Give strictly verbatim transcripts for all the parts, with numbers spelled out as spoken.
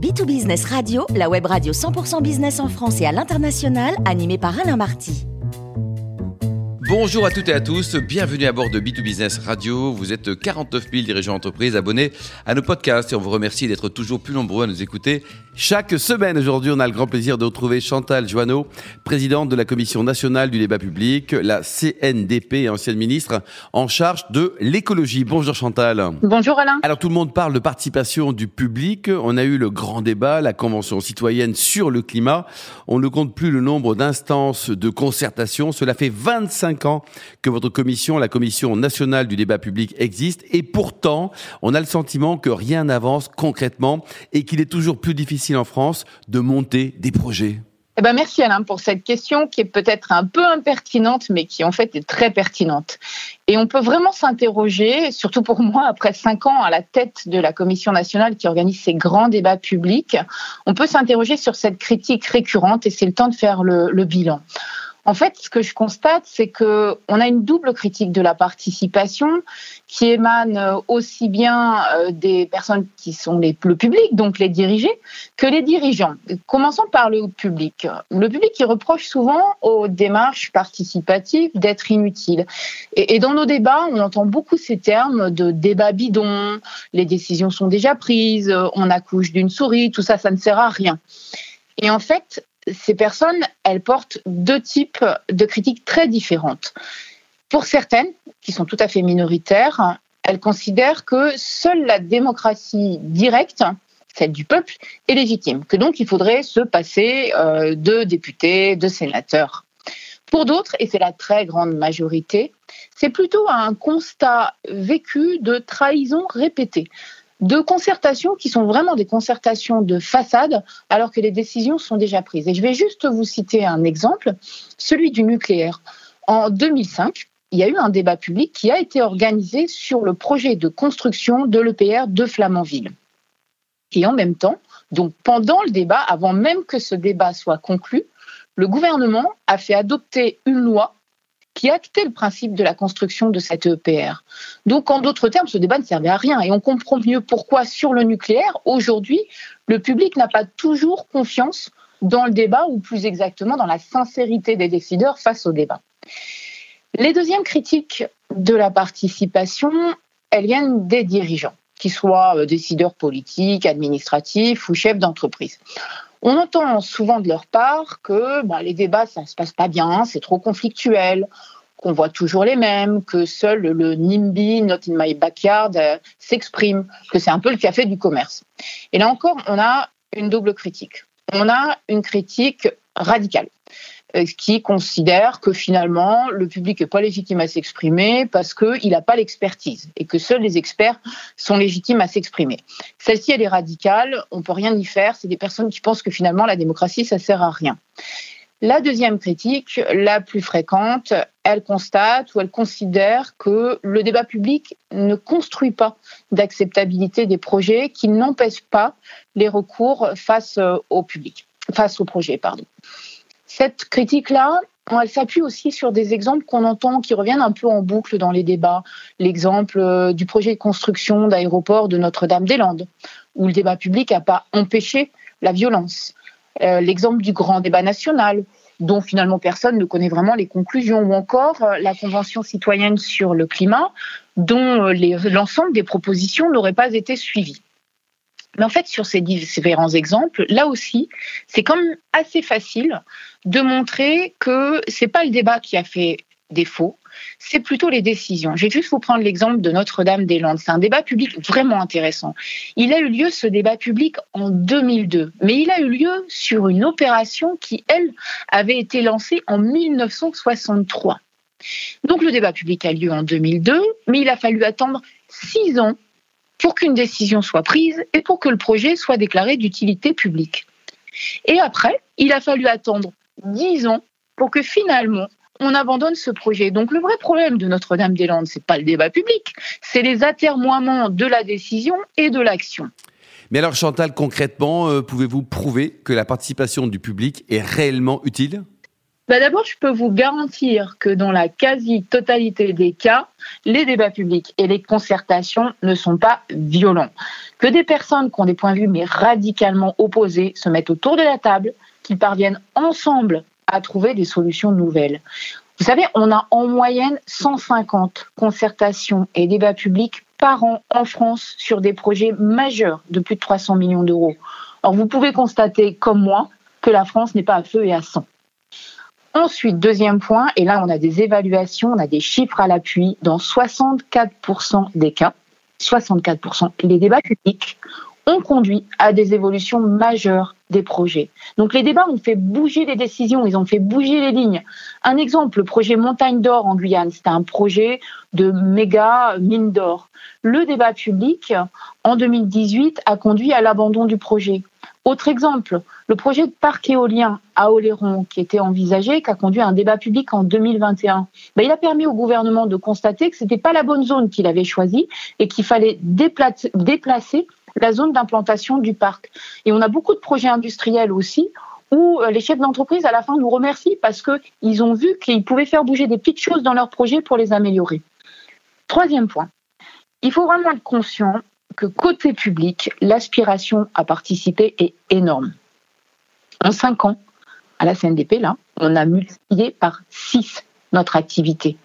B deux Business Radio, la web radio cent pour cent business en France et à l'international, animée par Alain Marty. Bonjour à toutes et à tous, bienvenue à bord de B deux Business Radio. Vous êtes quarante-neuf mille dirigeants d'entreprise abonnés à nos podcasts et on vous remercie d'être toujours plus nombreux à nous écouter chaque semaine. Aujourd'hui, on a le grand plaisir de retrouver Chantal Joanneau, présidente de la Commission nationale du débat public, la C N D P et ancienne ministre en charge de l'écologie. Bonjour Chantal. Bonjour Alain. Alors tout le monde parle de participation du public. On a eu le grand débat, la Convention citoyenne sur le climat. On ne compte plus le nombre d'instances de concertation. Cela fait vingt-cinq ans que votre commission, la Commission nationale du débat public, existe. Et pourtant, on a le sentiment que rien n'avance concrètement et qu'il est toujours plus difficile en France de monter des projets. Eh ben merci Alain pour cette question qui est peut-être un peu impertinente, mais qui en fait est très pertinente. Et on peut vraiment s'interroger, surtout pour moi, après cinq ans à la tête de la Commission nationale qui organise ces grands débats publics, on peut s'interroger sur cette critique récurrente et c'est le temps de faire le, le bilan. En fait, ce que je constate, c'est que on a une double critique de la participation qui émane aussi bien des personnes qui sont les, le public, donc les dirigés, que les dirigeants. Commençons par le public. Le public qui reproche souvent aux démarches participatives d'être inutiles. Et, et dans nos débats, on entend beaucoup ces termes de débat bidon, les décisions sont déjà prises, on accouche d'une souris, tout ça, ça ne sert à rien. Et en fait, ces personnes, elles portent deux types de critiques très différentes. Pour certaines, qui sont tout à fait minoritaires, elles considèrent que seule la démocratie directe, celle du peuple, est légitime, que donc il faudrait se passer euh, de députés, de sénateurs. Pour d'autres, et c'est la très grande majorité, c'est plutôt un constat vécu de trahison répétée, de concertations qui sont vraiment des concertations de façade alors que les décisions sont déjà prises. Et je vais juste vous citer un exemple, celui du nucléaire. En deux mille cinq, il y a eu un débat public qui a été organisé sur le projet de construction de l'E P R de Flamanville. Et en même temps, donc pendant le débat, avant même que ce débat soit conclu, le gouvernement a fait adopter une loi qui actait le principe de la construction de cette E P R. Donc, en d'autres termes, ce débat ne servait à rien. Et on comprend mieux pourquoi, sur le nucléaire, aujourd'hui, le public n'a pas toujours confiance dans le débat, ou plus exactement dans la sincérité des décideurs face au débat. Les deuxièmes critiques de la participation, elles viennent des dirigeants, qu'ils soient décideurs politiques, administratifs ou chefs d'entreprise. On entend souvent de leur part que bah, les débats, ça ne se passe pas bien, c'est trop conflictuel, qu'on voit toujours les mêmes, que seul le NIMBY, Not in my backyard, euh, s'exprime, que c'est un peu le café du commerce. Et là encore, on a une double critique. On a une critique radicale euh, qui considère que finalement, le public n'est pas légitime à s'exprimer parce qu'il n'a pas l'expertise et que seuls les experts sont légitimes à s'exprimer. Celle-ci, elle est radicale, on ne peut rien y faire, c'est des personnes qui pensent que finalement, la démocratie, ça ne sert à rien. La deuxième critique, la plus fréquente, elle constate ou elle considère que le débat public ne construit pas d'acceptabilité des projets, qui n'empêche pas les recours face au public, face au projet, pardon. Cette critique-là, elle s'appuie aussi sur des exemples qu'on entend qui reviennent un peu en boucle dans les débats. L'exemple du projet de construction d'aéroport de Notre-Dame-des-Landes, où le débat public n'a pas empêché la violence. Euh, l'exemple du grand débat national, dont finalement personne ne connaît vraiment les conclusions, ou encore euh, la Convention citoyenne sur le climat, dont euh, les, l'ensemble des propositions n'auraient pas été suivies. Mais en fait, sur ces différents exemples, là aussi, c'est quand même assez facile de montrer que c'est pas le débat qui a fait défaut, c'est plutôt les décisions. Je vais juste vous prendre l'exemple de Notre-Dame-des-Landes. C'est un débat public vraiment intéressant. Il a eu lieu, ce débat public, en deux mille deux, mais il a eu lieu sur une opération qui, elle, avait été lancée en mille neuf cent soixante-trois. Donc le débat public a lieu en deux mille deux, mais il a fallu attendre six ans pour qu'une décision soit prise et pour que le projet soit déclaré d'utilité publique. Et après, il a fallu attendre dix ans pour que finalement, on abandonne ce projet. Donc le vrai problème de Notre-Dame-des-Landes, ce n'est pas le débat public, c'est les atermoiements de la décision et de l'action. Mais alors Chantal, concrètement, euh, pouvez-vous prouver que la participation du public est réellement utile ? Bah d'abord, je peux vous garantir que dans la quasi-totalité des cas, les débats publics et les concertations ne sont pas violents. Que des personnes qui ont des points de vue mais radicalement opposés se mettent autour de la table, qu'ils parviennent ensemble à trouver des solutions nouvelles. Vous savez, on a en moyenne cent cinquante concertations et débats publics par an en France sur des projets majeurs de plus de trois cents millions d'euros. Alors vous pouvez constater, comme moi, que la France n'est pas à feu et à sang. Ensuite, deuxième point, et là on a des évaluations, on a des chiffres à l'appui, dans soixante-quatre pour cent des cas, soixante-quatre pour cent, les débats publics ont conduit à des évolutions majeures des projets. Donc les débats ont fait bouger les décisions, ils ont fait bouger les lignes. Un exemple, le projet Montagne d'Or en Guyane, c'était un projet de méga mine d'or. Le débat public, en deux mille dix-huit, a conduit à l'abandon du projet. Autre exemple, le projet de parc éolien à Oléron, qui était envisagé, qui a conduit à un débat public en deux mille vingt et un. Ben, il a permis au gouvernement de constater que ce n'était pas la bonne zone qu'il avait choisie et qu'il fallait déplacer, déplacer la zone d'implantation du parc. Et on a beaucoup de projets industriels aussi où les chefs d'entreprise, à la fin, nous remercient parce qu'ils ont vu qu'ils pouvaient faire bouger des petites choses dans leurs projets pour les améliorer. Troisième point, il faut vraiment être conscient que côté public, l'aspiration à participer est énorme. En cinq ans, à la C N D P, là, on a multiplié par six notre activité.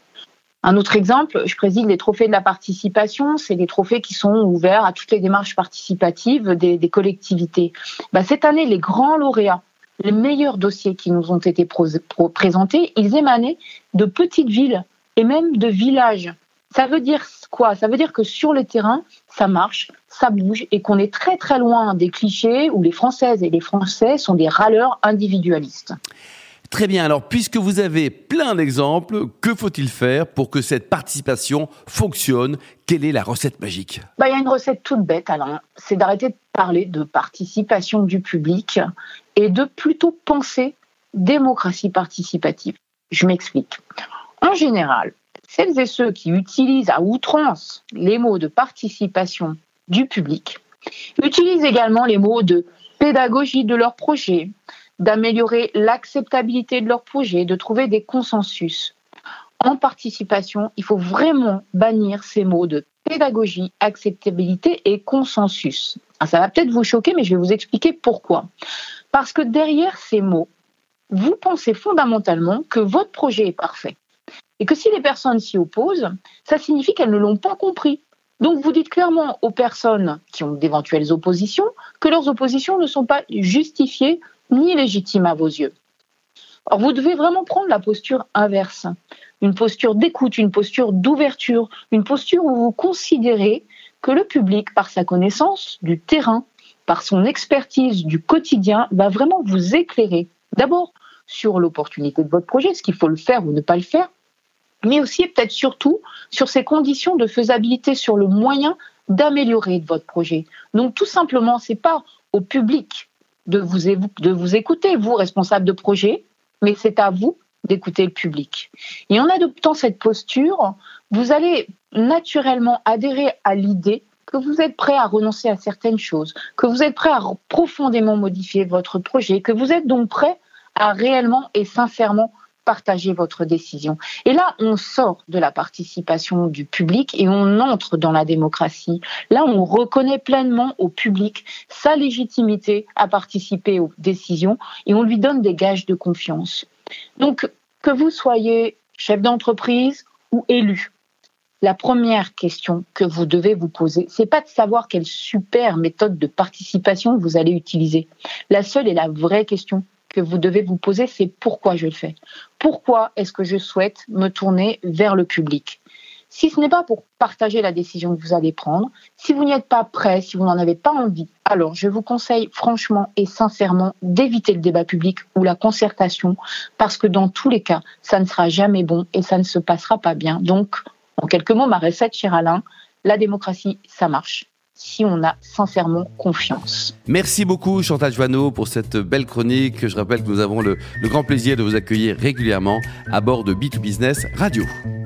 Un autre exemple, je préside les trophées de la participation, c'est des trophées qui sont ouverts à toutes les démarches participatives des, des collectivités. Bah, cette année, les grands lauréats, les meilleurs dossiers qui nous ont été pro- pro- présentés, ils émanaient de petites villes et même de villages. Ça veut dire quoi ? Ça veut dire que sur le terrain, ça marche, ça bouge et qu'on est très très loin des clichés où les Françaises et les Français sont des râleurs individualistes. Très bien, alors puisque vous avez plein d'exemples, que faut-il faire pour que cette participation fonctionne ? Quelle est la recette magique ? Bah, il y a une recette toute bête, Alain, c'est d'arrêter de parler de participation du public et de plutôt penser démocratie participative. Je m'explique. En général, celles et ceux qui utilisent à outrance les mots de participation du public utilisent également les mots de pédagogie de leur projet, d'améliorer l'acceptabilité de leur projet, de trouver des consensus. En participation, il faut vraiment bannir ces mots de pédagogie, acceptabilité et consensus. Alors, ça va peut-être vous choquer, mais je vais vous expliquer pourquoi. Parce que derrière ces mots, vous pensez fondamentalement que votre projet est parfait. Et que si les personnes s'y opposent, ça signifie qu'elles ne l'ont pas compris. Donc vous dites clairement aux personnes qui ont d'éventuelles oppositions que leurs oppositions ne sont pas justifiées ni légitimes à vos yeux. Or, vous devez vraiment prendre la posture inverse, une posture d'écoute, une posture d'ouverture, une posture où vous considérez que le public, par sa connaissance du terrain, par son expertise du quotidien, va vraiment vous éclairer. D'abord sur l'opportunité de votre projet, ce qu'il faut le faire ou ne pas le faire, mais aussi et peut-être surtout sur ces conditions de faisabilité, sur le moyen d'améliorer votre projet. Donc tout simplement, ce n'est pas au public de vous, de vous écouter, vous, responsable de projet, mais c'est à vous d'écouter le public. Et en adoptant cette posture, vous allez naturellement adhérer à l'idée que vous êtes prêt à renoncer à certaines choses, que vous êtes prêt à profondément modifier votre projet, que vous êtes donc prêt à réellement et sincèrement partager votre décision. Et là, on sort de la participation du public et on entre dans la démocratie. Là, on reconnaît pleinement au public sa légitimité à participer aux décisions et on lui donne des gages de confiance. Donc, que vous soyez chef d'entreprise ou élu, la première question que vous devez vous poser, c'est pas de savoir quelle super méthode de participation vous allez utiliser. La seule et la vraie question que vous devez vous poser, c'est pourquoi je le fais. Pourquoi est-ce que je souhaite me tourner vers le public ? Si ce n'est pas pour partager la décision que vous allez prendre, si vous n'y êtes pas prêt, si vous n'en avez pas envie, alors je vous conseille franchement et sincèrement d'éviter le débat public ou la concertation, parce que dans tous les cas, ça ne sera jamais bon et ça ne se passera pas bien. Donc, en quelques mots, ma recette, cher Alain, la démocratie, ça marche si on a sincèrement confiance. Merci beaucoup Chantal Joanneau pour cette belle chronique. Je rappelle que nous avons le, le grand plaisir de vous accueillir régulièrement à bord de B deux Business Radio.